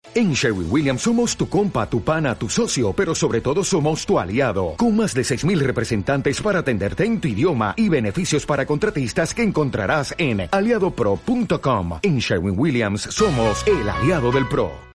En Sherwin-Williams somos tu compa, tu pana, tu socio, pero sobre todo somos tu aliado, con más de 6,000 representantes para atenderte en tu idioma y beneficios para contratistas que encontrarás en aliadopro.com. En Sherwin-Williams somos el aliado del pro.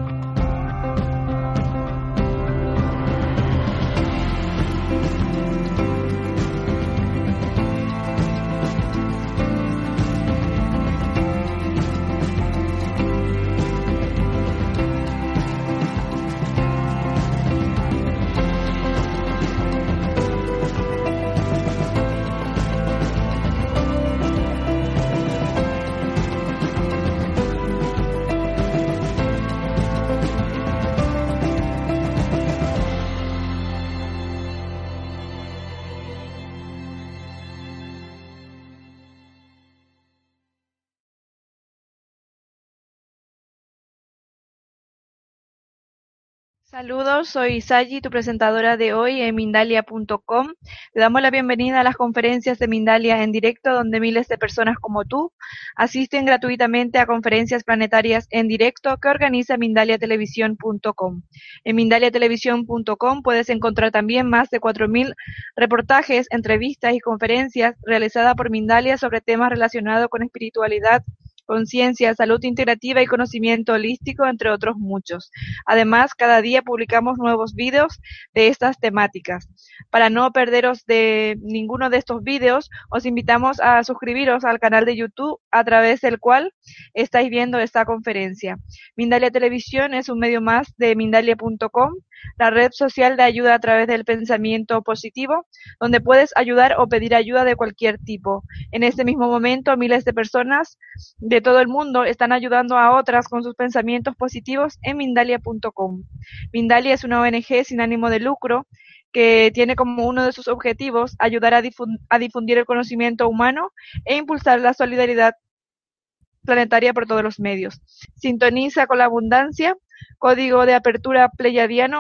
Saludos, soy Sayi, tu presentadora de hoy en Mindalia.com. Te damos la bienvenida a las conferencias de Mindalia en directo, donde miles de personas como tú asisten gratuitamente a conferencias planetarias en directo que organiza Mindaliatelevisión.com. En Mindaliatelevisión.com puedes encontrar también más de 4,000 reportajes, entrevistas y conferencias realizadas por Mindalia sobre temas relacionados con espiritualidad, conciencia, salud integrativa y conocimiento holístico, entre otros muchos. Además, cada día publicamos nuevos vídeos de estas temáticas. Para no perderos de ninguno de estos vídeos, os invitamos a suscribiros al canal de YouTube a través del cual estáis viendo esta conferencia. Mindalia Televisión es un medio más de Mindalia.com, la red social de ayuda a través del pensamiento positivo, donde puedes ayudar o pedir ayuda de cualquier tipo. En este mismo momento, miles de personas de todo el mundo están ayudando a otras con sus pensamientos positivos en Mindalia.com. Mindalia es una ONG sin ánimo de lucro que tiene como uno de sus objetivos ayudar a difundir el conocimiento humano e impulsar la solidaridad planetaria por todos los medios. Sintoniza con la abundancia. Código de apertura Pleiadiano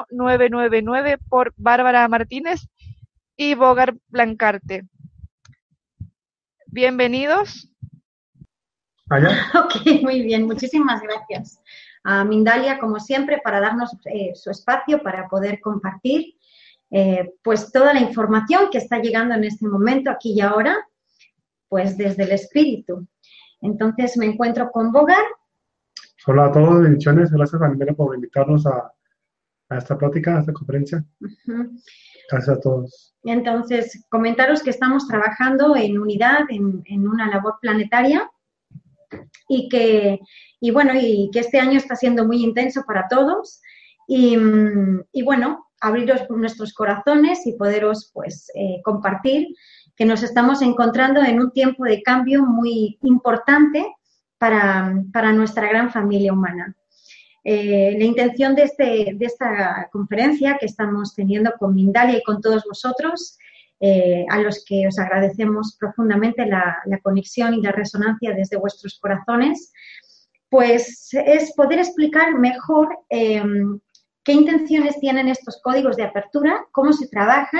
999 por Bárbara Martínez y Bogar Blancarte. Bienvenidos. Ok, muy bien. Muchísimas gracias a Mindalia, como siempre, para darnos su espacio para poder compartir pues toda la información que está llegando en este momento, aquí y ahora, pues desde el espíritu. Entonces me encuentro con Bogar. Hola a todos, bendiciones. Gracias a Mindalia por invitarnos a esta plática, a esta conferencia. Gracias a todos. Entonces, comentaros que estamos trabajando en unidad, en una labor planetaria y que este año está siendo muy intenso para todos y bueno, abriros nuestros corazones y poderos pues compartir que nos estamos encontrando en un tiempo de cambio muy importante para nuestra gran familia humana. La intención de esta conferencia que estamos teniendo con Mindalia y con todos vosotros, a los que os agradecemos profundamente la conexión y la resonancia desde vuestros corazones, pues es poder explicar mejor qué intenciones tienen estos códigos de apertura, cómo se trabajan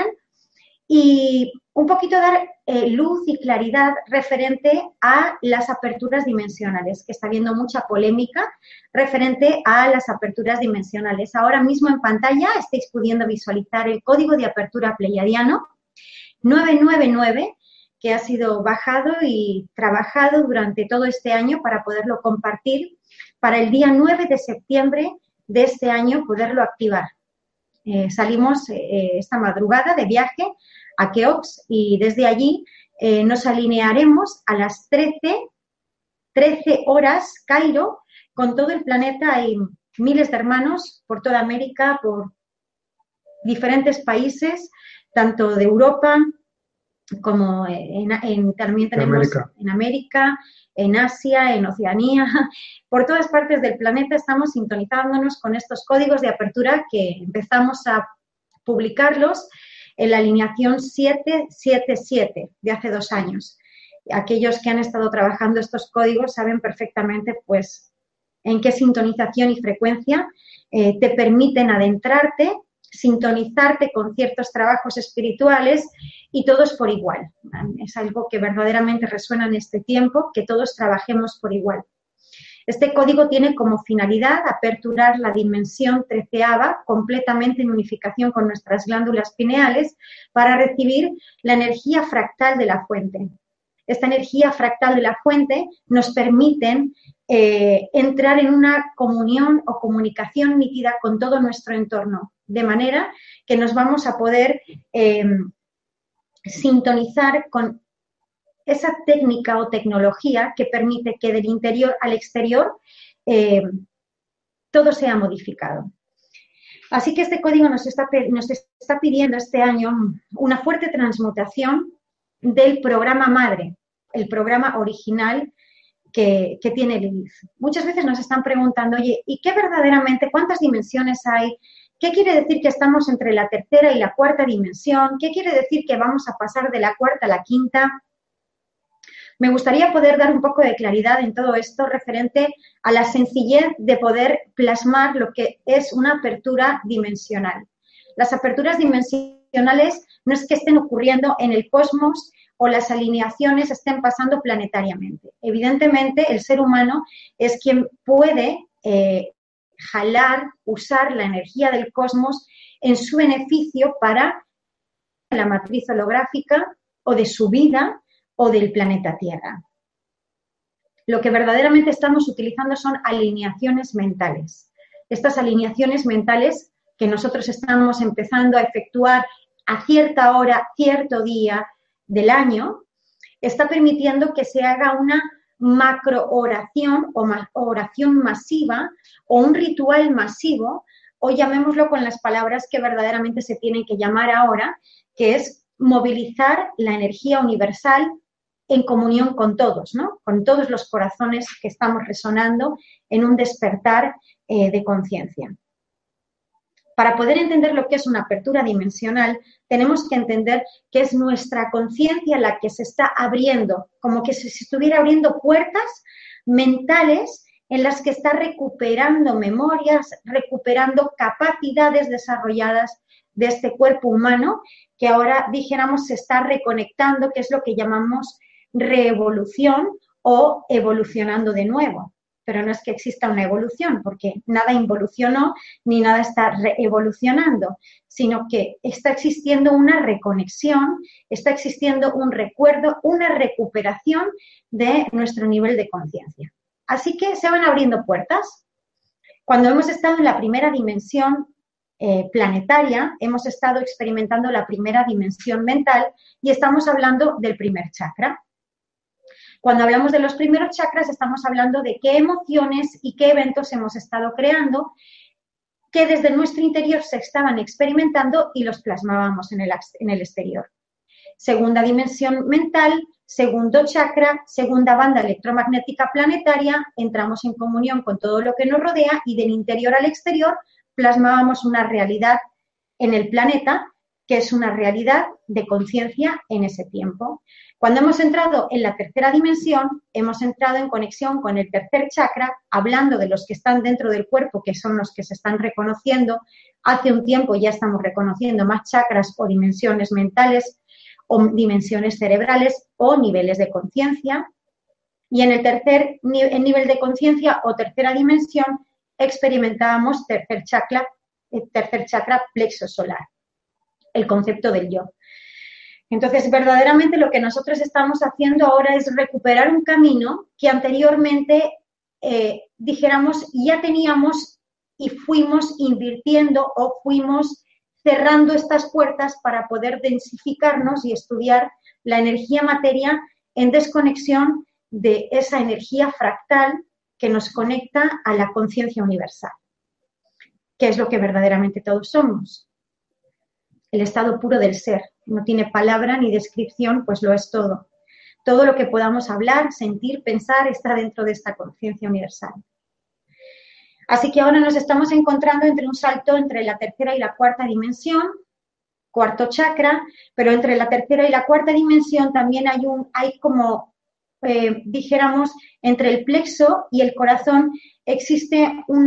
y un poquito dar luz y claridad referente a las aperturas dimensionales, que está habiendo mucha polémica referente a las aperturas dimensionales. Ahora mismo en pantalla estáis pudiendo visualizar el código de apertura pleiadiano 999, que ha sido bajado y trabajado durante todo este año para poderlo compartir, para el día 9 de septiembre de este año poderlo activar. Salimos esta madrugada de viaje a Keops y desde allí nos alinearemos a las 13 horas Cairo con todo el planeta. Hay miles de hermanos por toda América, por diferentes países, tanto de Europa como también tenemos en América, en Asia, en Oceanía, por todas partes del planeta estamos sintonizándonos con estos códigos de apertura que empezamos a publicarlos en la alineación 777 de hace 2 años. Aquellos que han estado trabajando estos códigos saben perfectamente pues en qué sintonización y frecuencia te permiten adentrarte, sintonizarte con ciertos trabajos espirituales y todos por igual. Es algo que verdaderamente resuena en este tiempo, que todos trabajemos por igual. Este código tiene como finalidad aperturar la dimensión 13ª completamente en unificación con nuestras glándulas pineales para recibir la energía fractal de la fuente. Esta energía fractal de la fuente nos permite entrar en una comunión o comunicación nítida con todo nuestro entorno, de manera que nos vamos a poder sintonizar con esa técnica o tecnología que permite que del interior al exterior todo sea modificado. Así que este código nos está pidiendo este año una fuerte transmutación del programa madre, el programa original que tiene Lilith. Muchas veces nos están preguntando, oye, ¿y qué verdaderamente, cuántas dimensiones hay? ¿Qué quiere decir que estamos entre la tercera y la cuarta dimensión? ¿Qué quiere decir que vamos a pasar de la cuarta a la quinta? Me gustaría poder dar un poco de claridad en todo esto referente a la sencillez de poder plasmar lo que es una apertura dimensional. Las aperturas dimensionales no es que estén ocurriendo en el cosmos o las alineaciones estén pasando planetariamente. Evidentemente, el ser humano es quien puede jalar, usar la energía del cosmos en su beneficio para la matriz holográfica o de su vida o del planeta Tierra. Lo que verdaderamente estamos utilizando son alineaciones mentales. Estas alineaciones mentales que nosotros estamos empezando a efectuar a cierta hora, cierto día del año, está permitiendo que se haga una macro oración o oración masiva o un ritual masivo, o llamémoslo con las palabras que verdaderamente se tienen que llamar ahora, que es movilizar la energía universal en comunión con todos, ¿no? Con todos los corazones que estamos resonando en un despertar de conciencia. Para poder entender lo que es una apertura dimensional, tenemos que entender que es nuestra conciencia la que se está abriendo, como que se estuviera abriendo puertas mentales en las que está recuperando memorias, recuperando capacidades desarrolladas de este cuerpo humano, que ahora, dijéramos, se está reconectando, que es lo que llamamos reevolución o evolucionando de nuevo. Pero no es que exista una evolución, porque nada involucionó ni nada está reevolucionando, sino que está existiendo una reconexión, está existiendo un recuerdo, una recuperación de nuestro nivel de conciencia. Así que se van abriendo puertas. Cuando hemos estado en la primera dimensión planetaria, hemos estado experimentando la primera dimensión mental y estamos hablando del primer chakra. Cuando hablamos de los primeros chakras, estamos hablando de qué emociones y qué eventos hemos estado creando que desde nuestro interior se estaban experimentando y los plasmábamos en el exterior. Segunda dimensión mental, segundo chakra, segunda banda electromagnética planetaria, entramos en comunión con todo lo que nos rodea y del interior al exterior plasmábamos una realidad en el planeta que es una realidad de conciencia en ese tiempo. Cuando hemos entrado en la tercera dimensión, hemos entrado en conexión con el tercer chakra, hablando de los que están dentro del cuerpo, que son los que se están reconociendo. Hace un tiempo ya estamos reconociendo más chakras o dimensiones mentales o dimensiones cerebrales o niveles de conciencia. Y en el tercer nivel de conciencia o tercera dimensión experimentábamos tercer chakra plexo solar, el concepto del yo. Entonces, verdaderamente lo que nosotros estamos haciendo ahora es recuperar un camino que anteriormente, dijéramos, ya teníamos y fuimos invirtiendo o fuimos cerrando estas puertas para poder densificarnos y estudiar la energía materia en desconexión de esa energía fractal que nos conecta a la conciencia universal, que es lo que verdaderamente todos somos. El estado puro del ser. No tiene palabra ni descripción, pues lo es todo. Todo lo que podamos hablar, sentir, pensar, está dentro de esta conciencia universal. Así que ahora nos estamos encontrando entre un salto entre la tercera y la cuarta dimensión, cuarto chakra, pero entre la tercera y la cuarta dimensión también hay como, dijéramos, entre el plexo y el corazón existe un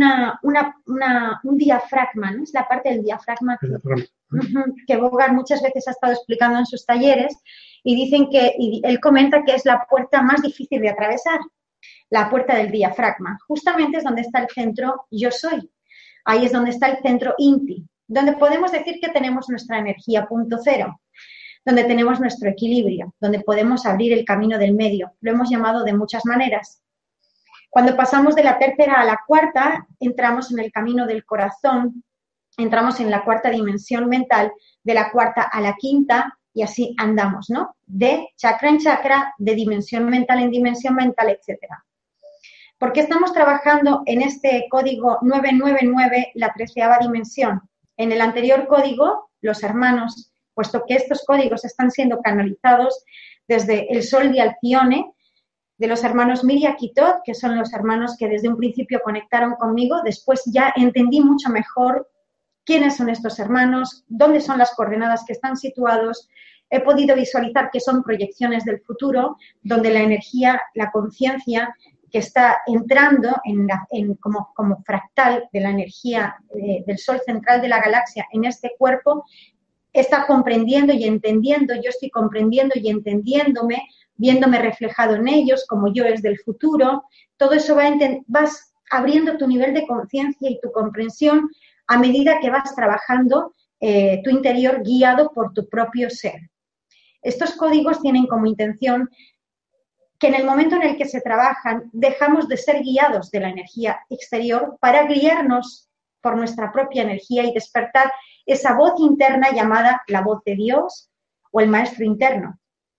diafragma, ¿no? Es la parte del diafragma que Bogart muchas veces ha estado explicando en sus talleres y dicen que, y él comenta que es la puerta más difícil de atravesar. la puerta del diafragma. Justamente es donde está el centro yo soy. Ahí es donde está el centro Inti, donde podemos decir que tenemos nuestra energía punto cero, donde tenemos nuestro equilibrio, donde podemos abrir el camino del medio. Lo hemos llamado de muchas maneras. Cuando pasamos de la tercera a la cuarta, entramos en el camino del corazón, entramos en la cuarta dimensión mental, de la cuarta a la quinta, y así andamos, ¿no? De chakra en chakra, de dimensión mental en dimensión mental, etcétera. ¿Por qué estamos trabajando en este código 999, la 13ª dimensión? En el anterior código, los hermanos, puesto que estos códigos están siendo canalizados desde el Sol de Alcione, de los hermanos Miria Kitot, que son los hermanos que desde un principio conectaron conmigo, después ya entendí mucho mejor quiénes son estos hermanos, dónde son las coordenadas que están situados. He podido visualizar que son proyecciones del futuro, donde la energía, la conciencia que está entrando como fractal de la energía del Sol central de la galaxia en este cuerpo, está comprendiendo y entendiendo, yo estoy comprendiendo y viéndome reflejado en ellos, como yo es del futuro. Todo eso vas abriendo tu nivel de conciencia y tu comprensión a medida que vas trabajando tu interior guiado por tu propio ser. Estos códigos tienen como intención que en el momento en el que se trabajan dejamos de ser guiados de la energía exterior para guiarnos por nuestra propia energía y despertar esa voz interna llamada la voz de Dios o el maestro interno.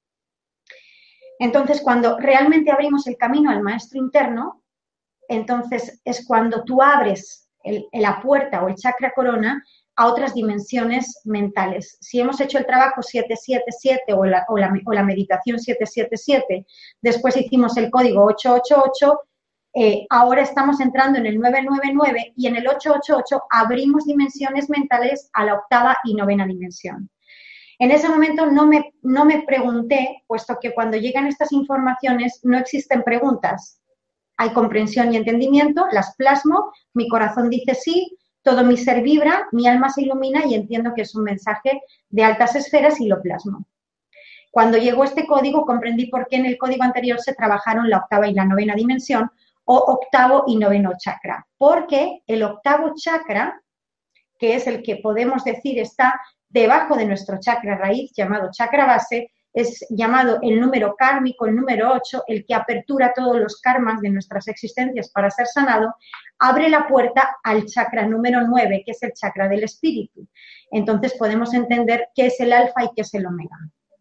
Entonces, cuando realmente abrimos el camino al maestro interno, entonces es cuando tú abres la puerta o el chakra corona a otras dimensiones mentales. Si hemos hecho el trabajo 777 o la meditación 777, después hicimos el código 888, ahora estamos entrando en el 999 y en el 888 abrimos dimensiones mentales a la 8ª y 9ª dimensión. En ese momento no me pregunté, puesto que cuando llegan estas informaciones no existen preguntas. Hay comprensión y entendimiento, las plasmo, mi corazón dice sí, todo mi ser vibra, mi alma se ilumina y entiendo que es un mensaje de altas esferas y lo plasmo. Cuando llegó este código comprendí por qué en el código anterior se trabajaron la 8ª y la 9ª dimensión o 8º y 9º chakra. Porque el 8º chakra, que es el que podemos decir está debajo de nuestro chakra raíz, llamado chakra base, es llamado el número kármico, el número 8, el que apertura todos los karmas de nuestras existencias para ser sanado, abre la puerta al chakra número 9, que es el chakra del espíritu. Entonces podemos entender qué es el alfa y qué es el omega.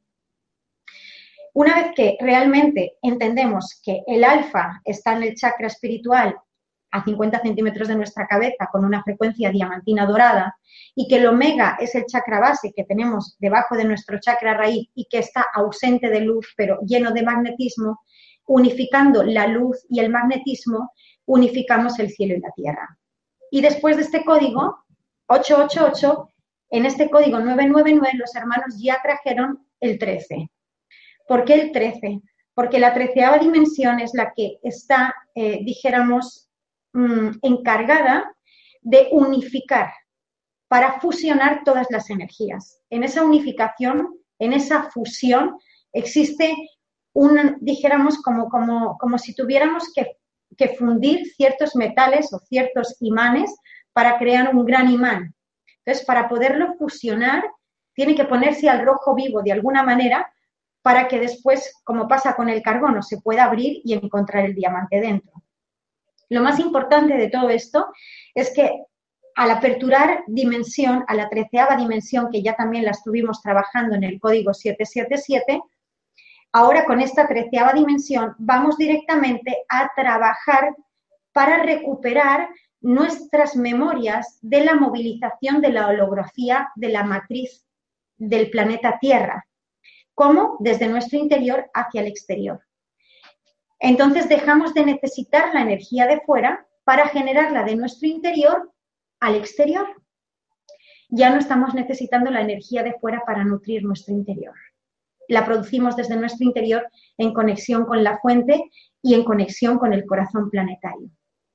Una vez que realmente entendemos que el alfa está en el chakra espiritual a 50 centímetros de nuestra cabeza con una frecuencia diamantina dorada y que el omega es el chakra base que tenemos debajo de nuestro chakra raíz y que está ausente de luz pero lleno de magnetismo, unificando la luz y el magnetismo, unificamos el cielo y la tierra. Y después de este código 888, en este código 999 los hermanos ya trajeron el 13. ¿Por qué el 13? Porque la 13ª dimensión es la que está, dijéramos, encargada de unificar para fusionar todas las energías. En esa unificación, en esa fusión, existe dijéramos, como si tuviéramos que fundir ciertos metales o ciertos imanes para crear un gran imán. Entonces, para poderlo fusionar, tiene que ponerse al rojo vivo de alguna manera para que después, como pasa con el carbono, se pueda abrir y encontrar el diamante dentro. Lo más importante de todo esto es que al aperturar dimensión, a la 13ª dimensión, que ya también la estuvimos trabajando en el código 777, ahora con esta 13ª dimensión vamos directamente a trabajar para recuperar nuestras memorias de la movilización de la holografía de la matriz del planeta Tierra, como desde nuestro interior hacia el exterior. Entonces dejamos de necesitar la energía de fuera para generarla de nuestro interior al exterior. Ya no estamos necesitando la energía de fuera para nutrir nuestro interior. La producimos desde nuestro interior en conexión con la fuente y en conexión con el corazón planetario.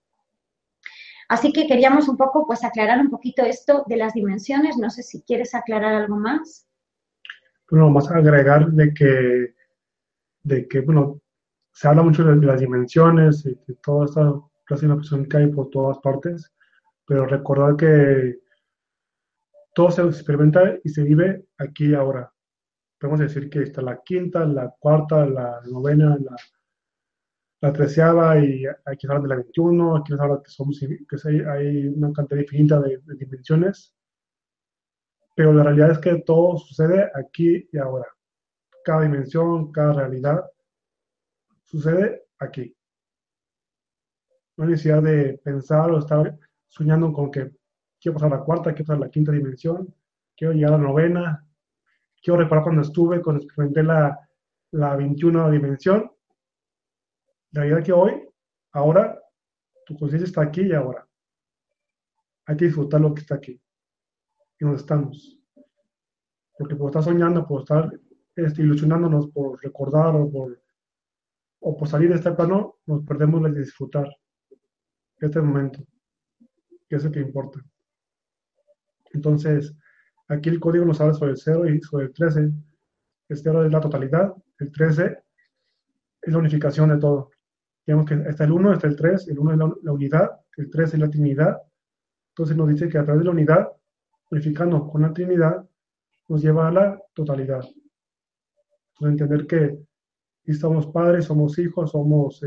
Así que queríamos un poco, pues, aclarar un poquito esto de las dimensiones. No sé si quieres aclarar algo más. Bueno, vamos a agregar de que bueno, Se habla mucho de las dimensiones y de toda esta clase de información que hay por todas partes, pero recordar que todo se experimenta y se vive aquí y ahora. Podemos decir que está la quinta, la cuarta, la novena, la treceava, y aquí se habla de la 21, aquí se habla que, hay una cantidad infinita de dimensiones, pero la realidad es que todo sucede aquí y ahora. Cada dimensión, cada realidad sucede aquí. No hay necesidad de pensar o estar soñando con que quiero pasar a la cuarta, quiero pasar a la quinta dimensión, quiero llegar a la novena, quiero recordar cuando experimenté la 21 dimensión. La realidad es que hoy, ahora, tu conciencia está aquí y ahora. Hay que disfrutar lo que está aquí y donde estamos. Porque por estar soñando, por estar ilusionándonos, por recordar o por salir de este plano, nos perdemos de disfrutar este momento, que es el que importa. Entonces, aquí el código nos habla sobre el 0 y sobre el 13. El 0 es la totalidad, el 13 es la unificación de todo. Digamos que está el 1, está el 3, el 1 es la unidad, el 3 es la Trinidad. Entonces nos dice que a través de la unidad, unificando con la Trinidad, nos lleva a la totalidad. Entonces entender que somos padres, somos hijos, somos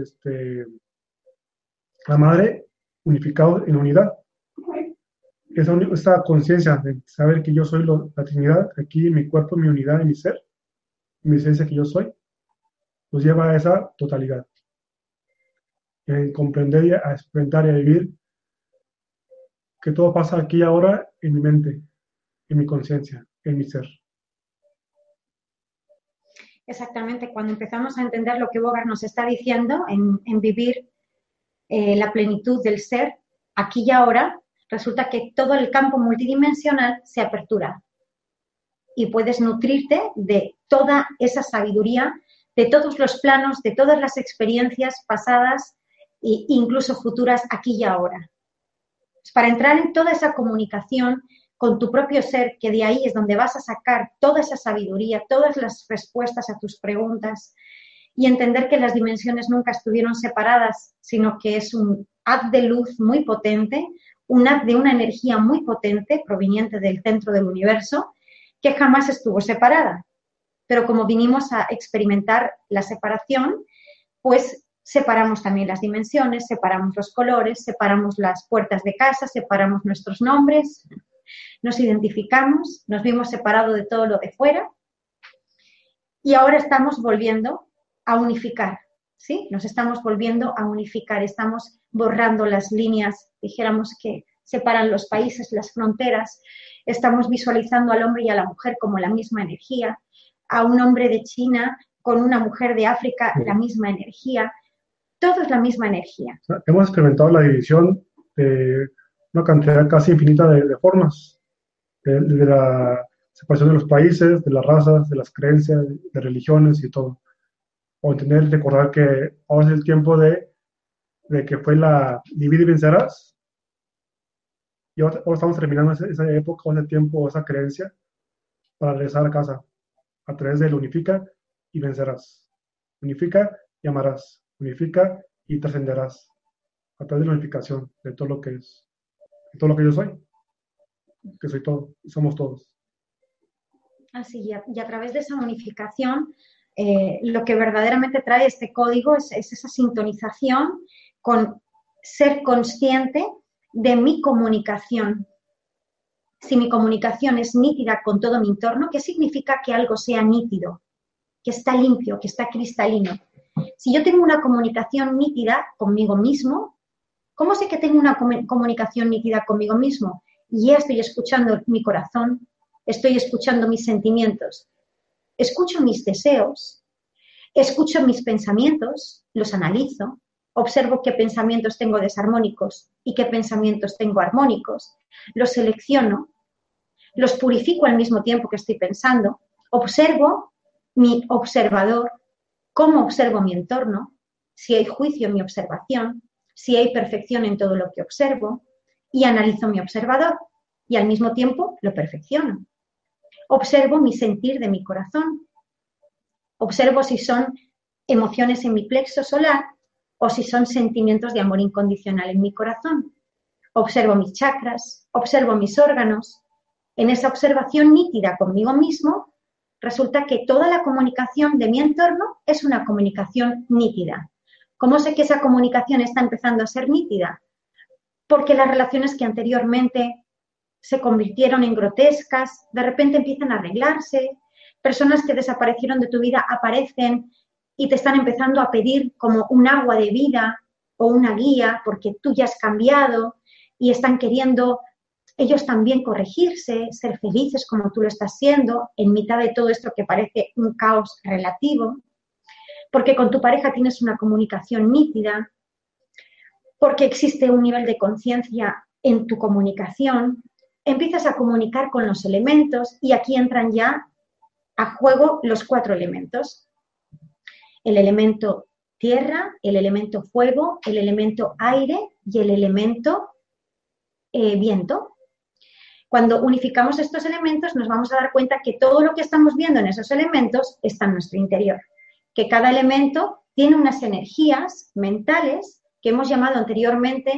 la madre, unificados en unidad. Esa conciencia de saber que yo soy la Trinidad, aquí en mi cuerpo, en mi unidad, en mi ser, en mi esencia que yo soy, nos lleva a esa totalidad. Comprender y a experimentar y a vivir que todo pasa aquí y ahora en mi mente, en mi conciencia, en mi ser. Exactamente, cuando empezamos a entender lo que Bogart nos está diciendo en vivir la plenitud del ser aquí y ahora, resulta que todo el campo multidimensional se apertura y puedes nutrirte de toda esa sabiduría, de todos los planos, de todas las experiencias pasadas e incluso futuras aquí y ahora. Para entrar en toda esa comunicación con tu propio ser, que de ahí es donde vas a sacar toda esa sabiduría, todas las respuestas a tus preguntas, y entender que las dimensiones nunca estuvieron separadas, sino que es un haz de luz muy potente, un haz de una energía muy potente proveniente del centro del universo, que jamás estuvo separada. Pero como vinimos a experimentar la separación, pues separamos también las dimensiones, separamos los colores, separamos las puertas de casa, separamos nuestros nombres, nos identificamos, nos vimos separados de todo lo de fuera y ahora estamos volviendo a unificar, ¿sí? Nos estamos volviendo a unificar, estamos borrando las líneas, dijéramos, que separan los países, las fronteras, estamos visualizando al hombre y a la mujer como la misma energía, a un hombre de China con una mujer de África, la misma energía, todo es la misma energía. Hemos experimentado la división de una cantidad casi infinita de formas, de la separación de los países, de las razas, de las creencias, de religiones y todo. O entender, recordar que ahora es el tiempo de que fue la divide y vencerás, y ahora estamos terminando esa época, ese tiempo, esa creencia, para regresar a casa, a través del unifica y vencerás. Unifica y amarás. Unifica y trascenderás. A través de la unificación de todo lo que es, de todo lo que yo soy, que soy todo, y somos todos. Así, y a través de esa unificación, lo que verdaderamente trae este código es esa sintonización con ser consciente de mi comunicación. Si mi comunicación es nítida con todo mi entorno, ¿qué significa que algo sea nítido? Que está limpio, que está cristalino. Si yo tengo una comunicación nítida conmigo mismo, ¿cómo sé que tengo una comunicación nítida conmigo mismo? Y ya estoy escuchando mi corazón, estoy escuchando mis sentimientos, escucho mis deseos, escucho mis pensamientos, los analizo, observo qué pensamientos tengo desarmónicos y qué pensamientos tengo armónicos, los selecciono, los purifico al mismo tiempo que estoy pensando, observo mi observador, cómo observo mi entorno, si hay juicio en mi observación, si hay perfección en todo lo que observo, y analizo mi observador y al mismo tiempo lo perfecciono. Observo mi sentir de mi corazón, observo si son emociones en mi plexo solar o si son sentimientos de amor incondicional en mi corazón. Observo mis chakras, observo mis órganos. En esa observación nítida conmigo mismo, resulta que toda la comunicación de mi entorno es una comunicación nítida. ¿Cómo sé que esa comunicación está empezando a ser nítida? Porque las relaciones que anteriormente se convirtieron en grotescas, de repente empiezan a arreglarse, personas que desaparecieron de tu vida aparecen y te están empezando a pedir como un agua de vida o una guía porque tú ya has cambiado y están queriendo ellos también corregirse, ser felices como tú lo estás siendo en mitad de todo esto que parece un caos relativo, porque con tu pareja tienes una comunicación nítida, porque existe un nivel de conciencia en tu comunicación, empiezas a comunicar con los elementos y aquí entran ya a juego los 4 elementos. El elemento tierra, el elemento fuego, el elemento aire y el elemento viento. Cuando unificamos estos elementos nos vamos a dar cuenta que todo lo que estamos viendo en esos elementos está en nuestro interior, que cada elemento tiene unas energías mentales que hemos llamado anteriormente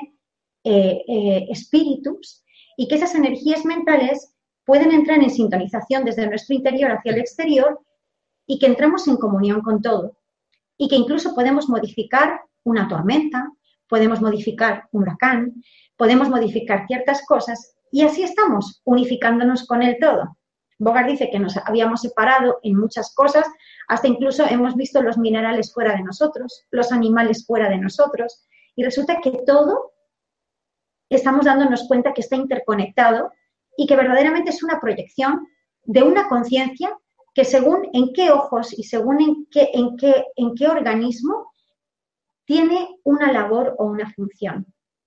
espíritus y que esas energías mentales pueden entrar en sintonización desde nuestro interior hacia el exterior y que entramos en comunión con todo y que incluso podemos modificar una tormenta, podemos modificar un huracán, podemos modificar ciertas cosas y así estamos unificándonos con el todo. Bogart dice que nos habíamos separado en muchas cosas, hasta incluso hemos visto los minerales fuera de nosotros, los animales fuera de nosotros y resulta que todo estamos dándonos cuenta que está interconectado y que verdaderamente es una proyección de una conciencia que según en qué ojos y según en qué organismo tiene una labor o una función.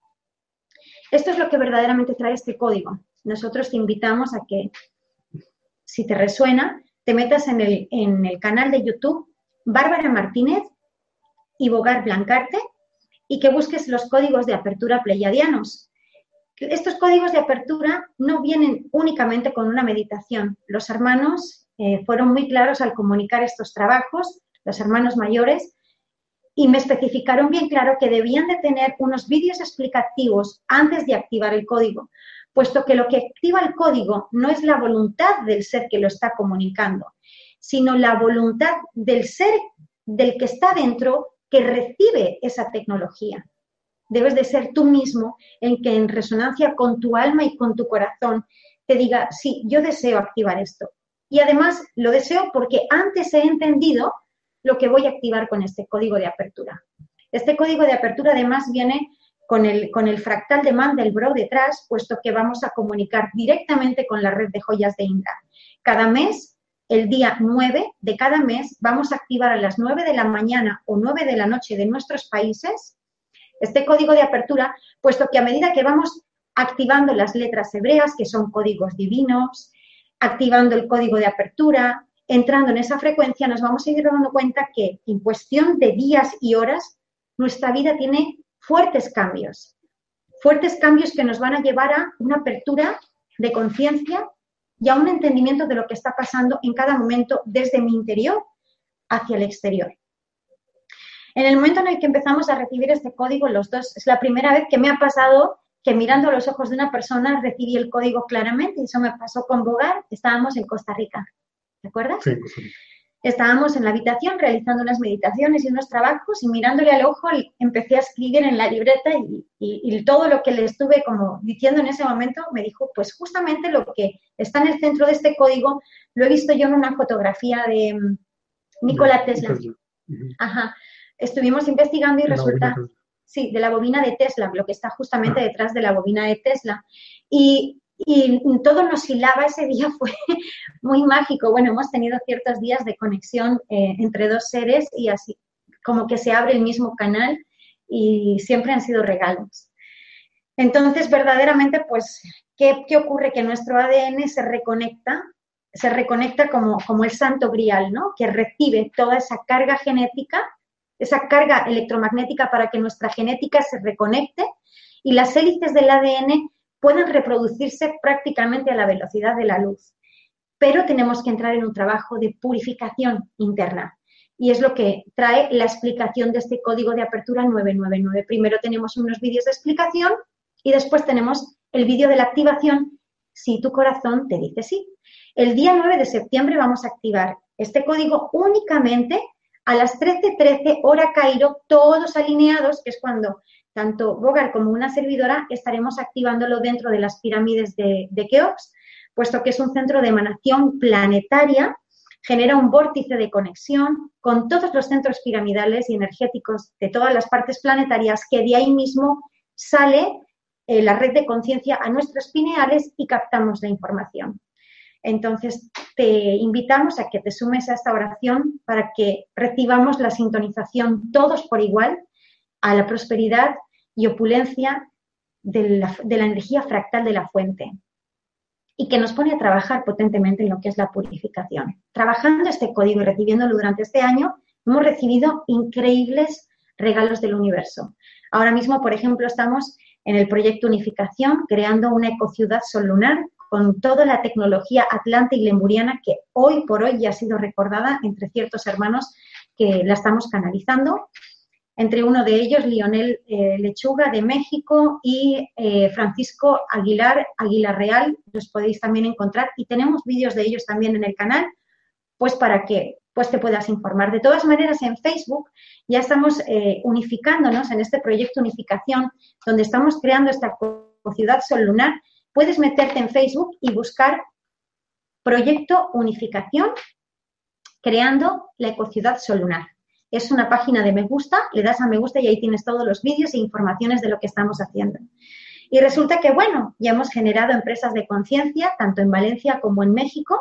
Esto es lo que verdaderamente trae este código. Nosotros te invitamos a que, si te resuena, te metas en el canal de YouTube Bárbara Martínez y Bogart Blancarte y que busques los códigos de apertura pleiadianos. Estos códigos de apertura no vienen únicamente con una meditación. Los hermanos fueron muy claros al comunicar estos trabajos, los hermanos mayores, y me especificaron bien claro que debían de tener unos vídeos explicativos antes de activar el código, puesto que lo que activa el código no es la voluntad del ser que lo está comunicando, sino la voluntad del ser del que está dentro que recibe esa tecnología. Debes de ser tú mismo el que en resonancia con tu alma y con tu corazón te diga, sí, yo deseo activar esto. Y además lo deseo porque antes he entendido lo que voy a activar con este código de apertura. Este código de apertura además viene con el fractal de Mandelbrot detrás, puesto que vamos a comunicar directamente con la red de joyas de Indra. Cada mes, el día 9 de cada mes, vamos a activar a las 9 de la mañana o 9 de la noche de nuestros países este código de apertura, puesto que a medida que vamos activando las letras hebreas, que son códigos divinos, activando el código de apertura, entrando en esa frecuencia, nos vamos a ir dando cuenta que en cuestión de días y horas, nuestra vida tiene fuertes cambios que nos van a llevar a una apertura de conciencia y a un entendimiento de lo que está pasando en cada momento desde mi interior hacia el exterior. En el momento en el que empezamos a recibir este código, los dos, es la primera vez que me ha pasado que mirando a los ojos de una persona recibí el código claramente, y eso me pasó con Bogart, estábamos en Costa Rica. ¿Te acuerdas? Sí. Estábamos en la habitación realizando unas meditaciones y unos trabajos y mirándole al ojo empecé a escribir en la libreta y todo lo que le estuve como diciendo en ese momento me dijo, pues justamente lo que está en el centro de este código lo he visto yo en una fotografía de Nikola Tesla. Ajá. Estuvimos investigando y resulta, sí, de la bobina de Tesla, lo que está justamente detrás de la bobina de Tesla. Y todo nos hilaba ese día, fue muy mágico. Bueno, hemos tenido ciertos días de conexión entre dos seres y así como que se abre el mismo canal y siempre han sido regalos. Entonces, verdaderamente, pues, ¿qué ocurre? Que nuestro ADN se reconecta como el santo grial, ¿no? Que recibe toda esa carga genética, esa carga electromagnética para que nuestra genética se reconecte y las hélices del ADN pueden reproducirse prácticamente a la velocidad de la luz. Pero tenemos que entrar en un trabajo de purificación interna. y es lo que trae la explicación de este código de apertura 999. Primero tenemos unos vídeos de explicación y después tenemos el vídeo de la activación si tu corazón te dice sí. El día 9 de septiembre vamos a activar este código únicamente a las 13:13 hora Cairo, todos alineados, que es cuando tanto Bogar como una servidora estaremos activándolo dentro de las pirámides de Keops, puesto que es un centro de emanación planetaria, genera un vórtice de conexión con todos los centros piramidales y energéticos de todas las partes planetarias, que de ahí mismo sale la red de conciencia a nuestros pineales y captamos la información. Entonces, te invitamos a que te sumes a esta oración para que recibamos la sintonización todos por igual a la prosperidad y opulencia de la energía fractal de la fuente, y que nos pone a trabajar potentemente en lo que es la purificación. Trabajando este código y recibiéndolo durante este año, hemos recibido increíbles regalos del universo. Ahora mismo, por ejemplo, estamos en el proyecto Unificación, creando una ecociudad sollunar con toda la tecnología atlante y lemuriana que hoy por hoy ya ha sido recordada entre ciertos hermanos que la estamos canalizando. Entre uno de ellos, Lionel Lechuga de México y Francisco Aguilar Real, los podéis también encontrar y tenemos vídeos de ellos también en el canal, pues para que pues te puedas informar. De todas maneras, en Facebook ya estamos unificándonos en este proyecto Unificación, donde estamos creando esta ciudad sol lunar. Puedes meterte en Facebook y buscar Proyecto Unificación, creando la ecociudad sol lunar. Es una página de me gusta, le das a me gusta y ahí tienes todos los vídeos e informaciones de lo que estamos haciendo. Y resulta que, bueno, ya hemos generado empresas de conciencia, tanto en Valencia como en México,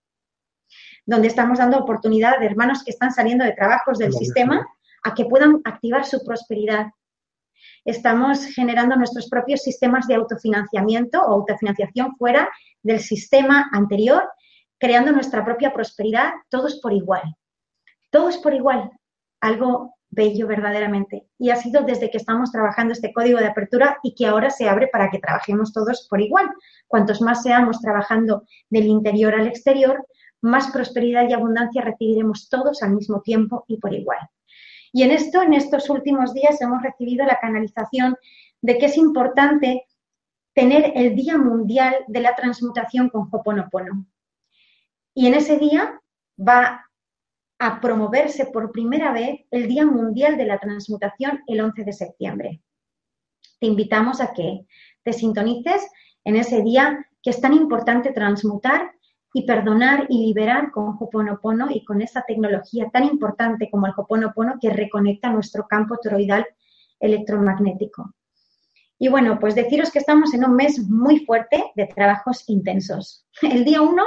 donde estamos dando oportunidad de hermanos que están saliendo de trabajos del sistema a que puedan activar su prosperidad. Estamos generando nuestros propios sistemas de autofinanciamiento o autofinanciación fuera del sistema anterior, creando nuestra propia prosperidad, todos por igual. Todos por igual. Algo bello verdaderamente. Y ha sido desde que estamos trabajando este código de apertura y que ahora se abre para que trabajemos todos por igual. Cuantos más seamos trabajando del interior al exterior, más prosperidad y abundancia recibiremos todos al mismo tiempo y por igual. Y en estos últimos días hemos recibido la canalización de que es importante tener el Día Mundial de la Transmutación con Ho'oponopono. Y en ese día va a promoverse por primera vez el Día Mundial de la Transmutación el 11 de septiembre. Te invitamos a que te sintonices en ese día que es tan importante transmutar y perdonar y liberar con Ho'oponopono y con esa tecnología tan importante como el Ho'oponopono que reconecta nuestro campo toroidal electromagnético. Y bueno, pues deciros que estamos en un mes muy fuerte de trabajos intensos. El día 1...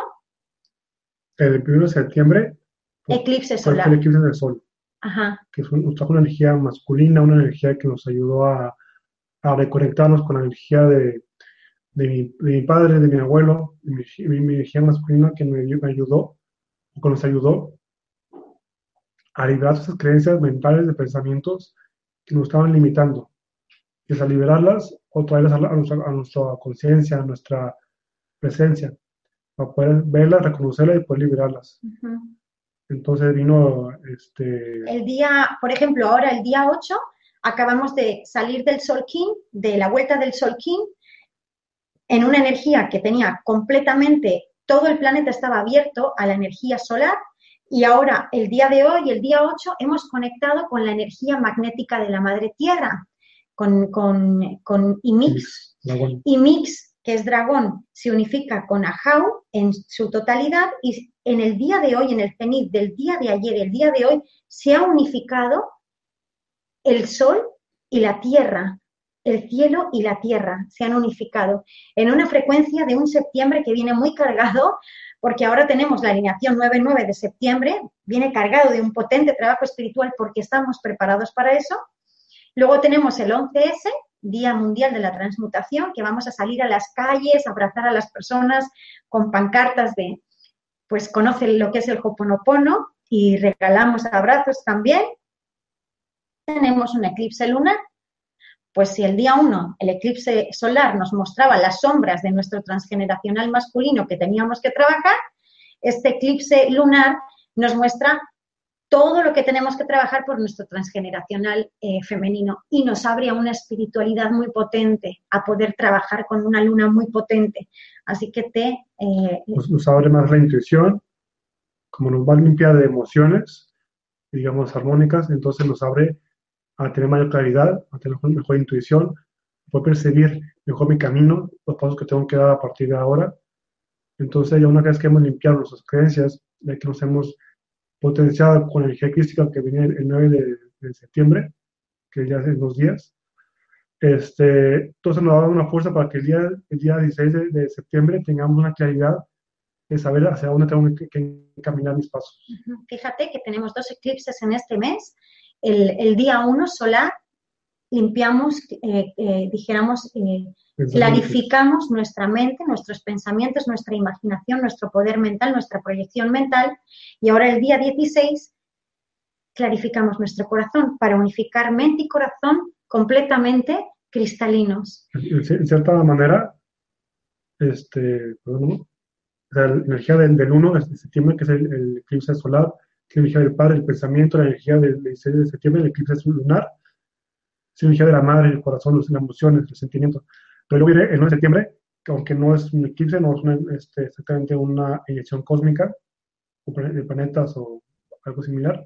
El 1 de septiembre... Eclipse solar. El eclipse del sol. Ajá. Que nos trajo una energía masculina, una energía que nos ayudó a reconectarnos con la energía de mi padre, de mi abuelo, mi energía masculina que me ayudó, o que nos ayudó a liberar esas creencias mentales de pensamientos que nos estaban limitando. Y es a liberarlas o traerlas a nuestra conciencia, a nuestra presencia, para poder verlas, reconocerlas y poder liberarlas. Uh-huh. Entonces vino El día, por ejemplo, ahora el día 8, acabamos de salir del Sol King, de la vuelta del Sol King, en una energía que tenía completamente, todo el planeta estaba abierto a la energía solar, y ahora, el día de hoy, el día 8, hemos conectado con la energía magnética de la Madre Tierra, con Imix. Imix, que es dragón, se unifica con Ahau en su totalidad y en el día de hoy, en el cenit del día de ayer, el día de hoy, se ha unificado el Sol y la Tierra, el cielo y la Tierra se han unificado en una frecuencia de un septiembre que viene muy cargado, porque ahora tenemos la alineación 9-9 de septiembre, viene cargado de un potente trabajo espiritual porque estamos preparados para eso. Luego tenemos el 11S, Día Mundial de la Transmutación, que vamos a salir a las calles, a abrazar a las personas con pancartas de, pues conoce lo que es el Ho'oponopono y regalamos abrazos también. Tenemos un eclipse lunar, pues si el día 1 el eclipse solar nos mostraba las sombras de nuestro transgeneracional masculino que teníamos que trabajar, este eclipse lunar nos muestra todo lo que tenemos que trabajar por nuestro transgeneracional femenino y nos abre a una espiritualidad muy potente, a poder trabajar con una luna muy potente. Así que nos abre más la intuición, como nos va a limpiar de emociones, digamos, armónicas, entonces nos abre a tener mayor claridad, a tener mejor intuición, a poder percibir mejor mi camino, los pasos que tengo que dar a partir de ahora. Entonces, ya una vez que hemos limpiado nuestras creencias, ya que nos hemos potenciado con la energía crística que viene el 9 de septiembre, que ya hace 2 días, entonces nos da una fuerza para que el día 16 de septiembre tengamos una claridad de saber hacia dónde tengo que caminar mis pasos. Fíjate que tenemos 2 eclipses en este mes. El día 1 solar, limpiamos, dijéramos, clarificamos nuestra mente, nuestros pensamientos, nuestra imaginación, nuestro poder mental, nuestra proyección mental. Y ahora el día 16 clarificamos nuestro corazón para unificar mente y corazón completamente cristalinos. En cierta manera, perdón, la energía del 1 de septiembre, que es el eclipse solar, la energía del padre, el pensamiento, la energía del 16 de septiembre, el eclipse lunar, es la energía de la madre, el corazón, las emociones, el sentimiento. Pero luego viene el 9 de septiembre, que aunque no es un eclipse, no es exactamente una eyección cósmica de planetas o algo similar.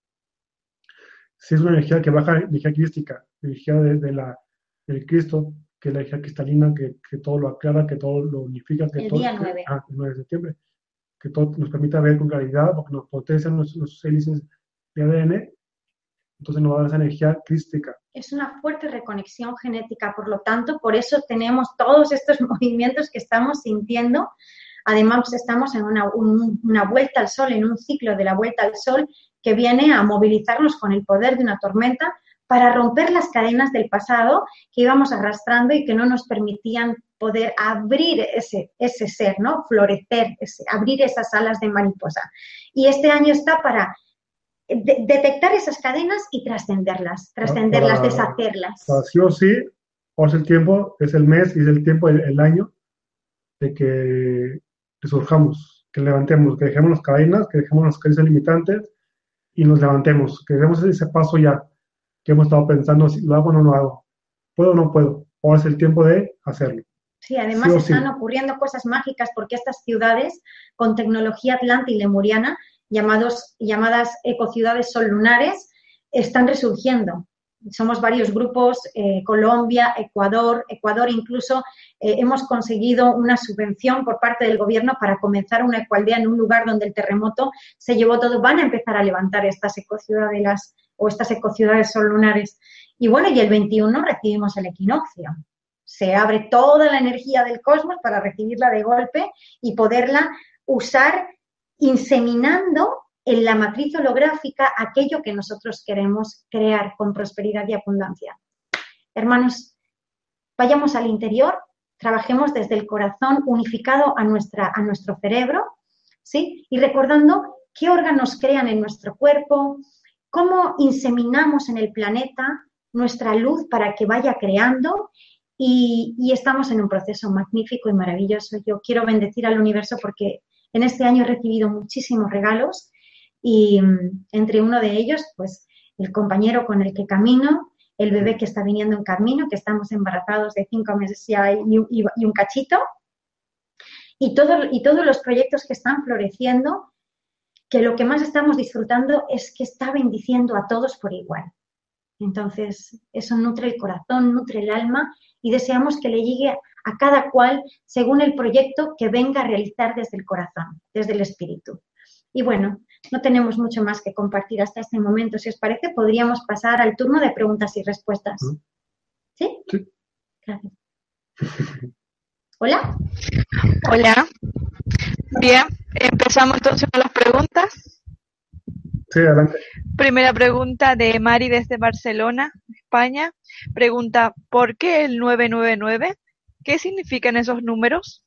Sí es una energía que baja, energía crística, energía del Cristo, que es la energía cristalina, que todo lo aclara, que todo lo unifica. Que el todo, día 9. El 9 de septiembre. Que todo nos permita ver con claridad, porque nos potencian los hélices de ADN, entonces nos va a dar esa energía crística. Es una fuerte reconexión genética, por lo tanto, por eso tenemos todos estos movimientos que estamos sintiendo. Además, estamos en una vuelta al sol, en un ciclo de la vuelta al sol que viene a movilizarnos con el poder de una tormenta para romper las cadenas del pasado que íbamos arrastrando y que no nos permitían poder abrir ese ser, ¿no? Florecer, abrir esas alas de mariposa. Y este año está para detectar esas cadenas y trascenderlas, deshacerlas. Sí o sí, ahora es el tiempo, es el mes y es el tiempo, el año de que resurjamos, que levantemos, que dejemos las cadenas, que dejemos las creencias limitantes y nos levantemos, que demos ese paso ya, que hemos estado pensando si lo hago o no lo hago, puedo o no puedo, ahora es el tiempo de hacerlo. Sí, además están ocurriendo cosas mágicas porque estas ciudades con tecnología atlante y lemuriana, llamadas ecociudades sollunares, están resurgiendo. Somos varios grupos, Colombia, Ecuador incluso, hemos conseguido una subvención por parte del gobierno para comenzar una ecoaldea en un lugar donde el terremoto se llevó todo. Van a empezar a levantar estas ecociudades sollunares. Y bueno, y el 21 recibimos el equinoccio. Se abre toda la energía del cosmos para recibirla de golpe y poderla usar inseminando en la matriz holográfica aquello que nosotros queremos crear con prosperidad y abundancia. Hermanos, vayamos al interior, trabajemos desde el corazón unificado a nuestro cerebro, ¿sí? Y recordando qué órganos crean en nuestro cuerpo, cómo inseminamos en el planeta nuestra luz para que vaya creando y estamos en un proceso magnífico y maravilloso. Yo quiero bendecir al universo porque en este año he recibido muchísimos regalos y entre uno de ellos, pues, el compañero con el que camino, el bebé que está viniendo en camino, que estamos embarazados de 5 meses ya y un cachito, y todos los proyectos que están floreciendo, que lo que más estamos disfrutando es que está bendiciendo a todos por igual. Entonces, eso nutre el corazón, nutre el alma y deseamos que le llegue a cada cual según el proyecto que venga a realizar desde el corazón, desde el espíritu. Y bueno, no tenemos mucho más que compartir hasta este momento. Si os parece, podríamos pasar al turno de preguntas y respuestas. ¿Sí? Sí. Gracias. ¿Hola? Hola. Bien, empezamos entonces con las preguntas. Sí, adelante. Primera pregunta de Mari desde Barcelona, España. Pregunta, ¿por qué el 999? ¿Qué significan esos números?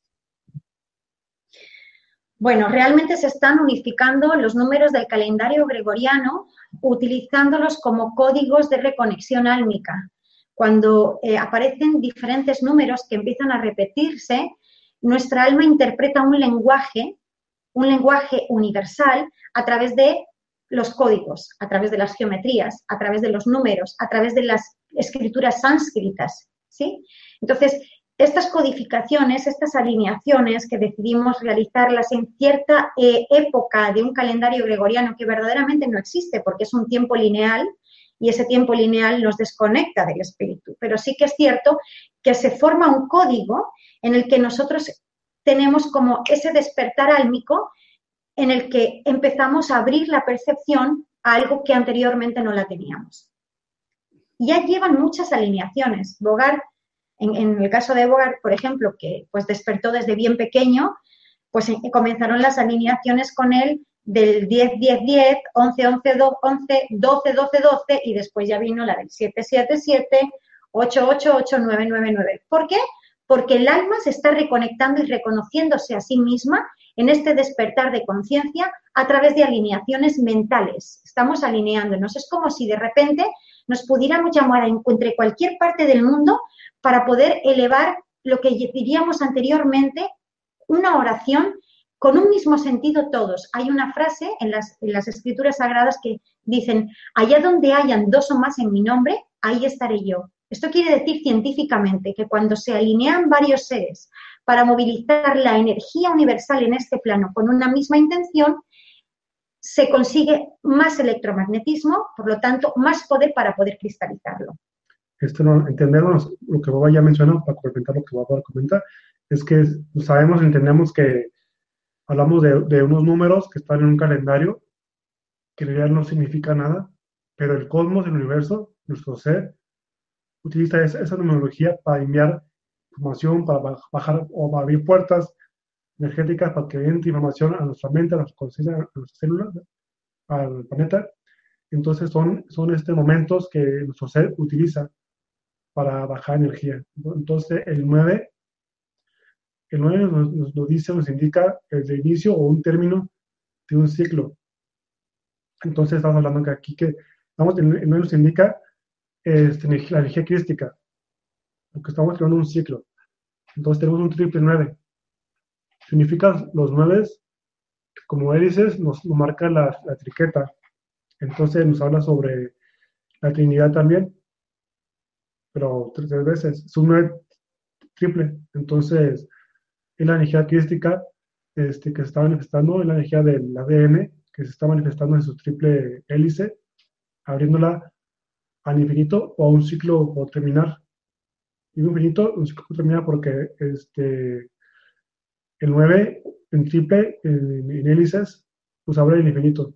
Bueno, realmente se están unificando los números del calendario gregoriano, utilizándolos como códigos de reconexión álmica. Cuando aparecen diferentes números que empiezan a repetirse, nuestra alma interpreta un lenguaje universal a través de los códigos, a través de las geometrías, a través de los números, a través de las escrituras sánscritas, ¿sí? Entonces, estas codificaciones, estas alineaciones que decidimos realizarlas en cierta época de un calendario gregoriano que verdaderamente no existe porque es un tiempo lineal y ese tiempo lineal nos desconecta del espíritu. Pero sí que es cierto que se forma un código en el que nosotros tenemos como ese despertar álmico en el que empezamos a abrir la percepción a algo que anteriormente no la teníamos. Ya llevan muchas alineaciones. Bogart, en el caso de Bogart, por ejemplo, que pues despertó desde bien pequeño, pues comenzaron las alineaciones con él del 10-10-10, 11-11-11, 12-12-12 y después ya vino la del 7-7-7, 8-8-8, 9-9-9. ¿Por qué? Porque el alma se está reconectando y reconociéndose a sí misma en este despertar de conciencia a través de alineaciones mentales. Estamos alineándonos. Es como si de repente nos pudiéramos llamar entre cualquier parte del mundo para poder elevar lo que diríamos anteriormente, una oración con un mismo sentido todos. Hay una frase en las escrituras sagradas que dicen, allá donde hayan dos o más en mi nombre, ahí estaré yo. Esto quiere decir científicamente que cuando se alinean varios seres para movilizar la energía universal en este plano con una misma intención, se consigue más electromagnetismo, por lo tanto, más poder para poder cristalizarlo. Entendernos lo que Boba ya mencionó, para complementar lo que Boba comentar, es que entendemos que hablamos de unos números que están en un calendario que en realidad no significa nada, pero el cosmos, el universo, nuestro ser, utiliza esa numerología para enviar información, para bajar o para abrir puertas energéticas para que entre información a nuestra mente, a nuestra conciencia, a nuestras células, al planeta. Entonces son momentos que nuestro ser utiliza para bajar energía. Entonces el 9 nos dice, nos indica el inicio o un término de un ciclo. Entonces estamos hablando que aquí el 9 nos indica la energía crística, porque estamos creando un ciclo. Entonces tenemos un triple 9. Significa los 9 como hélices, nos marca la triqueta. Entonces nos habla sobre la Trinidad también, pero 3 veces. Es un 9 triple. Entonces es la energía crística que se está manifestando, es la energía del ADN que se está manifestando en su triple hélice, abriéndola al infinito o a un ciclo por terminar. Y un infinito, un ciclo por terminar porque el 9 en triple, en hélices, pues abre el infinito.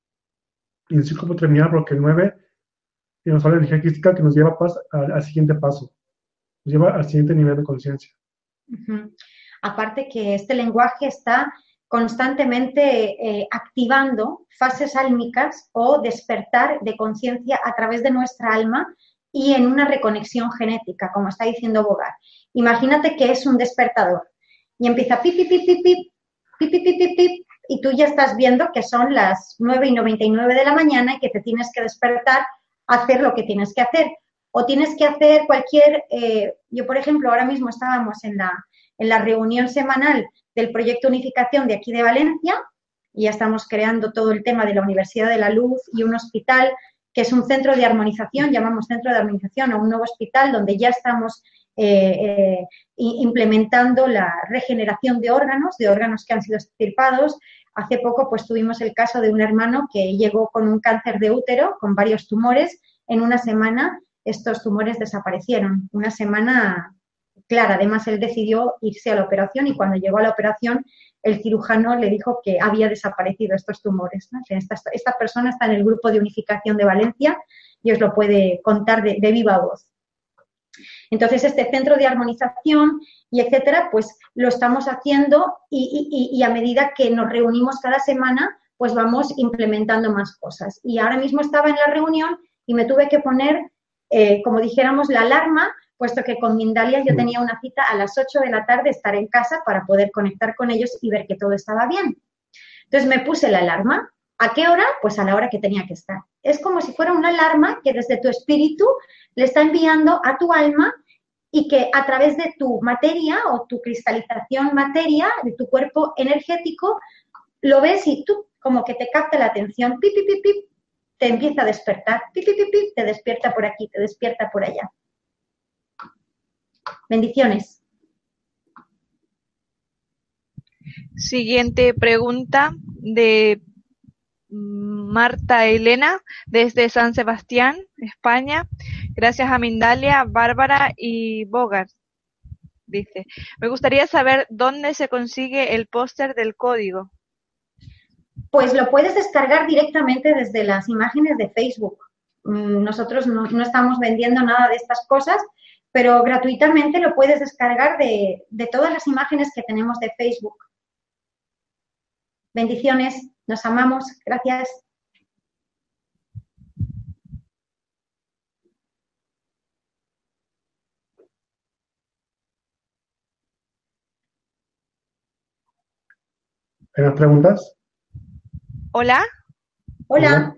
Y el ciclo por terminar porque el 9 nos habla de energía crística que nos lleva al siguiente paso, nos lleva al siguiente nivel de conciencia. Uh-huh. Aparte que este lenguaje está constantemente activando fases álmicas o despertar de conciencia a través de nuestra alma y en una reconexión genética, como está diciendo Bogart. Imagínate que es un despertador y empieza pip, pip, pip, pip, pip, pip, pip, pip, pip, pip, y tú ya estás viendo que son las 9:99 de la mañana y que te tienes que despertar a hacer lo que tienes que hacer. O tienes que hacer cualquier... yo, por ejemplo, ahora mismo estábamos en la reunión semanal del proyecto Unificación de aquí de Valencia y ya estamos creando todo el tema de la Universidad de la Luz y un hospital que es un centro de armonización, llamamos centro de armonización a un nuevo hospital donde ya estamos implementando la regeneración de órganos que han sido extirpados. Hace poco pues tuvimos el caso de un hermano que llegó con un cáncer de útero, con varios tumores. En una semana estos tumores desaparecieron. Una semana clara. Además, él decidió irse a la operación y cuando llegó a la operación el cirujano le dijo que había desaparecido estos tumores, ¿no? Esta persona está en el grupo de unificación de Valencia y os lo puede contar de viva voz. Entonces, este centro de armonización y etcétera, pues lo estamos haciendo y a medida que nos reunimos cada semana, pues vamos implementando más cosas. Y ahora mismo estaba en la reunión y me tuve que poner, como dijéramos, la alarma, puesto que con Mindalia yo tenía una cita a las 8 de la tarde estar en casa para poder conectar con ellos y ver que todo estaba bien. Entonces me puse la alarma. ¿A qué hora? Pues a la hora que tenía que estar. Es como si fuera una alarma que desde tu espíritu le está enviando a tu alma y que a través de tu materia o tu cristalización materia, de tu cuerpo energético, lo ves y tú como que te capta la atención, pip, pip, pip, pip, te empieza a despertar, pip, pip, pip, pip, te despierta por aquí, te despierta por allá. Bendiciones. Siguiente pregunta de Marta Elena, desde San Sebastián, España. Gracias a Mindalia, Bárbara y Bogart. Dice, me gustaría saber dónde se consigue el póster del código. Pues lo puedes descargar directamente desde las imágenes de Facebook. Nosotros no estamos vendiendo nada de estas cosas, pero gratuitamente lo puedes descargar de todas las imágenes que tenemos de Facebook. Bendiciones, nos amamos, gracias. ¿Hay más preguntas? Hola. Hola.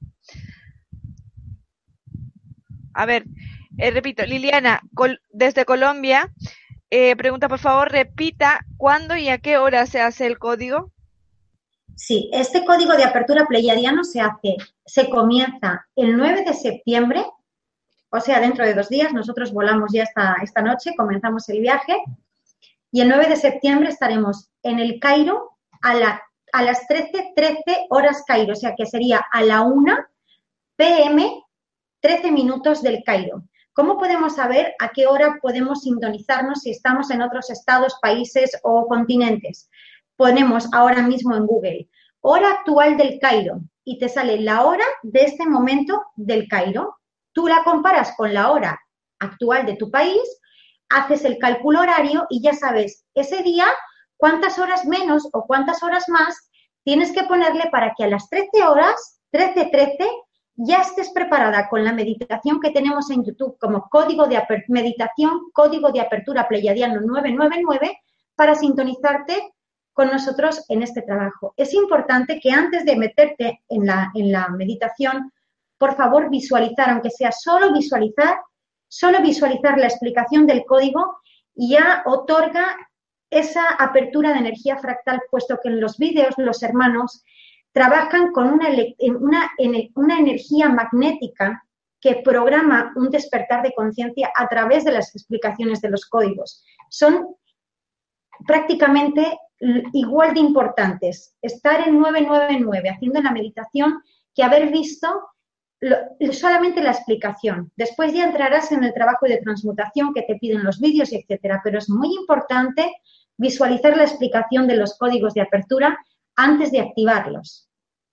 A ver, repito, Liliana, desde Colombia, pregunta, por favor, repita cuándo y a qué hora se hace el código. Sí, este código de apertura pleiadiano se comienza el 9 de septiembre, o sea, dentro de 2 días. Nosotros volamos ya esta noche, comenzamos el viaje, y el 9 de septiembre estaremos en el Cairo a las 13:13 horas Cairo, o sea, que sería a la 1 p.m., 13 minutos del Cairo. ¿Cómo podemos saber a qué hora podemos sintonizarnos si estamos en otros estados, países o continentes? Ponemos ahora mismo en Google hora actual del Cairo y te sale la hora de este momento del Cairo. Tú la comparas con la hora actual de tu país, haces el cálculo horario y ya sabes ese día cuántas horas menos o cuántas horas más tienes que ponerle para que a las 13 horas, 13:13, ya estés preparada con la meditación que tenemos en YouTube como código de apertura pleiadiano 999 para sintonizarte con nosotros en este trabajo. Es importante que antes de meterte en la meditación, por favor, visualizar, aunque sea solo visualizar la explicación del código, y ya otorga esa apertura de energía fractal, puesto que en los vídeos los hermanos trabajan con una energía magnética que programa un despertar de conciencia a través de las explicaciones de los códigos. Son prácticamente igual de importantes estar en 999 haciendo la meditación que haber visto solamente la explicación. Después ya entrarás en el trabajo de transmutación que te piden los vídeos, etcétera, pero es muy importante visualizar la explicación de los códigos de apertura antes de activarlos.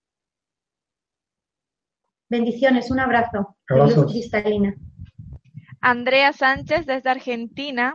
Bendiciones, un abrazo. Abrazos. Luz cristalina. Andrea Sánchez, desde Argentina.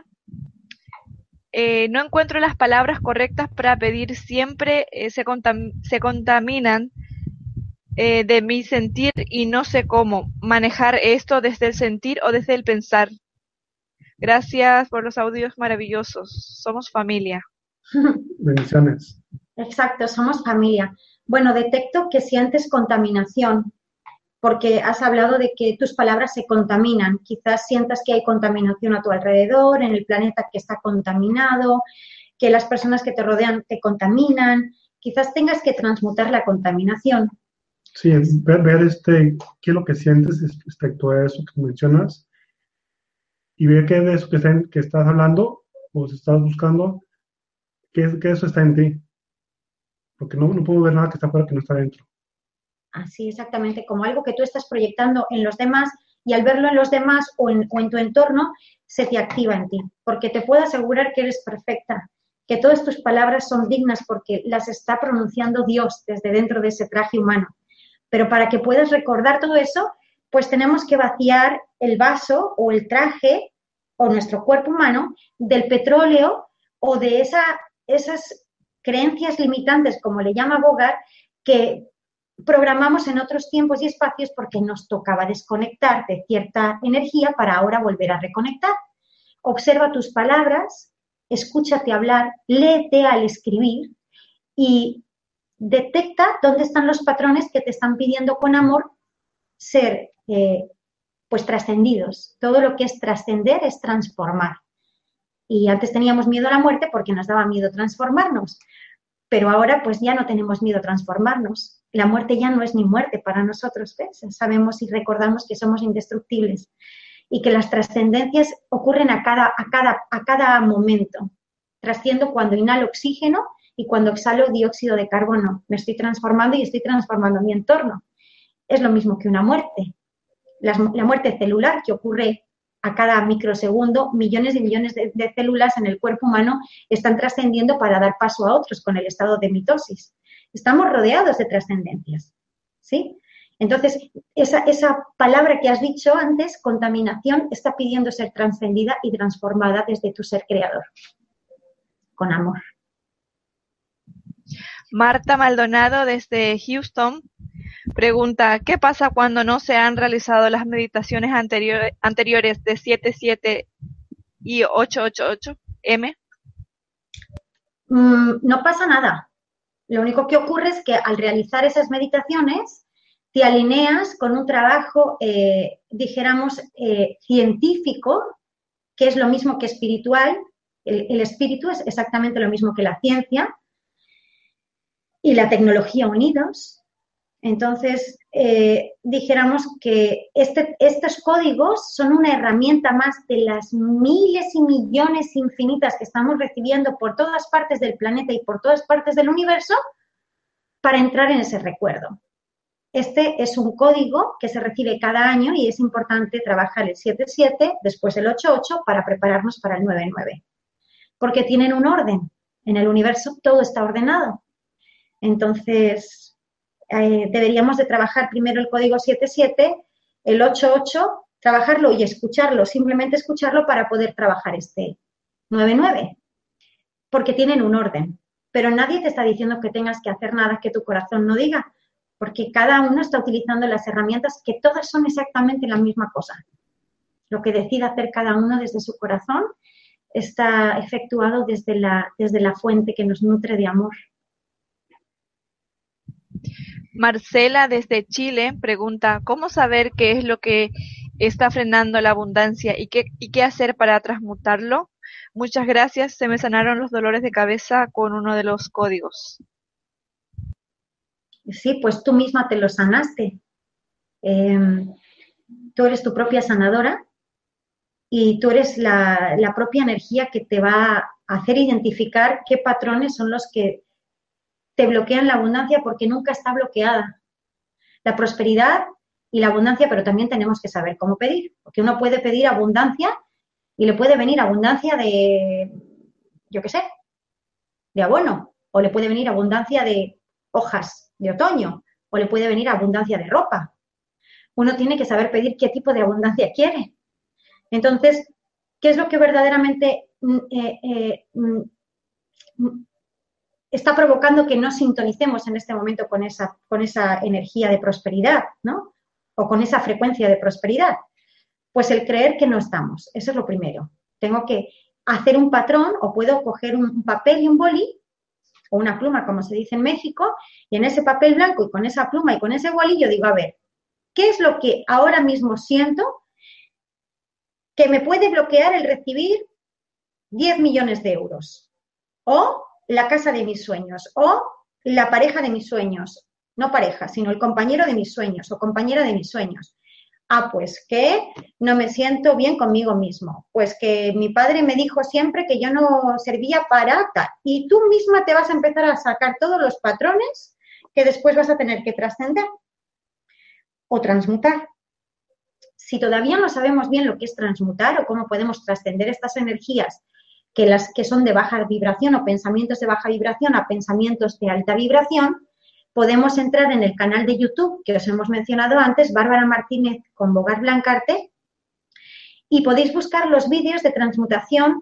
No encuentro las palabras correctas para pedir, siempre se contaminan de mi sentir y no sé cómo manejar esto desde el sentir o desde el pensar. Gracias por los audios maravillosos. Somos familia. Bendiciones. Exacto, somos familia. Bueno, detecto que sientes contaminación, porque has hablado de que tus palabras se contaminan. Quizás sientas que hay contaminación a tu alrededor, en el planeta que está contaminado, que las personas que te rodean te contaminan. Quizás tengas que transmutar la contaminación. Sí, ver qué es lo que sientes respecto a eso que mencionas y ver qué de eso que estás hablando o si estás buscando, qué eso está en ti. Porque no puedo ver nada que está afuera que no está dentro. Así, exactamente, como algo que tú estás proyectando en los demás, y al verlo en los demás o en tu entorno, se te activa en ti. Porque te puedo asegurar que eres perfecta, que todas tus palabras son dignas porque las está pronunciando Dios desde dentro de ese traje humano. Pero para que puedas recordar todo eso, pues tenemos que vaciar el vaso o el traje o nuestro cuerpo humano del petróleo o de esas creencias limitantes, como le llama Bogart, que programamos en otros tiempos y espacios porque nos tocaba desconectar de cierta energía para ahora volver a reconectar. Observa tus palabras, escúchate hablar, léete al escribir y detecta dónde están los patrones que te están pidiendo con amor ser pues trascendidos. Todo lo que es trascender es transformar. Y antes teníamos miedo a la muerte porque nos daba miedo transformarnos. pero ahora pues ya no tenemos miedo a transformarnos. La muerte ya no es ni muerte para nosotros, ¿ves? Sabemos y recordamos que somos indestructibles y que las trascendencias ocurren a cada momento. Trasciendo cuando inhalo oxígeno y cuando exhalo dióxido de carbono. Me estoy transformando y estoy transformando mi entorno. Es lo mismo que una muerte. La muerte celular que ocurre a cada microsegundo, millones y millones de células en el cuerpo humano están trascendiendo para dar paso a otros con el estado de mitosis. Estamos rodeados de trascendencias, ¿sí? Entonces, esa palabra que has dicho antes, contaminación, está pidiendo ser trascendida y transformada desde tu ser creador, con amor. Marta Maldonado desde Houston pregunta, ¿qué pasa cuando no se han realizado las meditaciones anteriores de 77 y 888M? No pasa nada. Lo único que ocurre es que al realizar esas meditaciones te alineas con un trabajo, dijéramos, científico, que es lo mismo que espiritual. El espíritu es exactamente lo mismo que la ciencia y la tecnología unidos. Entonces, dijéramos que estos códigos son una herramienta más de las miles y millones infinitas que estamos recibiendo por todas partes del planeta y por todas partes del universo para entrar en ese recuerdo. Este es un código que se recibe cada año y es importante trabajar el 77, después el 88 para prepararnos para el 99. Porque tienen un orden. En el universo todo está ordenado. Entonces, deberíamos de trabajar primero el código 77, el 88, trabajarlo y escucharlo, simplemente escucharlo para poder trabajar este 99. Porque tienen un orden. Pero nadie te está diciendo que tengas que hacer nada que tu corazón no diga. Porque cada uno está utilizando las herramientas que todas son exactamente la misma cosa. Lo que decida hacer cada uno desde su corazón está efectuado desde la fuente que nos nutre de amor. Marcela desde Chile pregunta, ¿cómo saber qué es lo que está frenando la abundancia y qué hacer para transmutarlo? Muchas gracias, se me sanaron los dolores de cabeza con uno de los códigos. Sí, pues tú misma te lo sanaste. Tú eres tu propia sanadora y tú eres la propia energía que te va a hacer identificar qué patrones son los que te bloquean la abundancia, porque nunca está bloqueada. La prosperidad y la abundancia, pero también tenemos que saber cómo pedir, porque uno puede pedir abundancia y le puede venir abundancia de, yo qué sé, de abono, o le puede venir abundancia de hojas de otoño, o le puede venir abundancia de ropa. Uno tiene que saber pedir qué tipo de abundancia quiere. Entonces, ¿qué es lo que verdaderamente está provocando que no sintonicemos en este momento con esa energía de prosperidad, ¿no? O con esa frecuencia de prosperidad? Pues el creer que no estamos. Eso es lo primero. Tengo que hacer un patrón, o puedo coger un papel y un boli, o una pluma, como se dice en México, y en ese papel blanco y con esa pluma y con ese boli yo digo, a ver, ¿qué es lo que ahora mismo siento que me puede bloquear el recibir 10 millones de euros? O la casa de mis sueños, o la pareja de mis sueños, no pareja, sino el compañero de mis sueños o compañera de mis sueños. Ah, pues que no me siento bien conmigo mismo, pues que mi padre me dijo siempre que yo no servía para tal, y tú misma te vas a empezar a sacar todos los patrones que después vas a tener que trascender o transmutar. Si todavía no sabemos bien lo que es transmutar o cómo podemos trascender estas energías que son de baja vibración o pensamientos de baja vibración a pensamientos de alta vibración, podemos entrar en el canal de YouTube que os hemos mencionado antes, Bárbara Martínez con Bogar Blancarte, y podéis buscar los vídeos de transmutación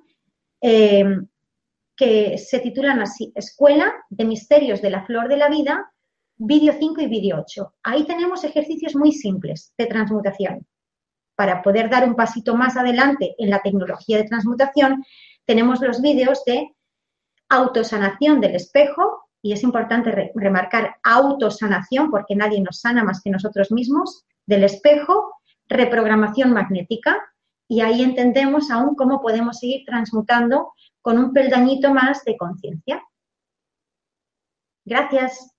que se titulan así, Escuela de Misterios de la Flor de la Vida, vídeo 5 y vídeo 8. Ahí tenemos ejercicios muy simples de transmutación. Para poder dar un pasito más adelante en la tecnología de transmutación, tenemos los vídeos de autosanación del espejo. Y es importante remarcar autosanación, porque nadie nos sana más que nosotros mismos, del espejo, reprogramación magnética, y ahí entendemos aún cómo podemos seguir transmutando con un peldañito más de conciencia. Gracias.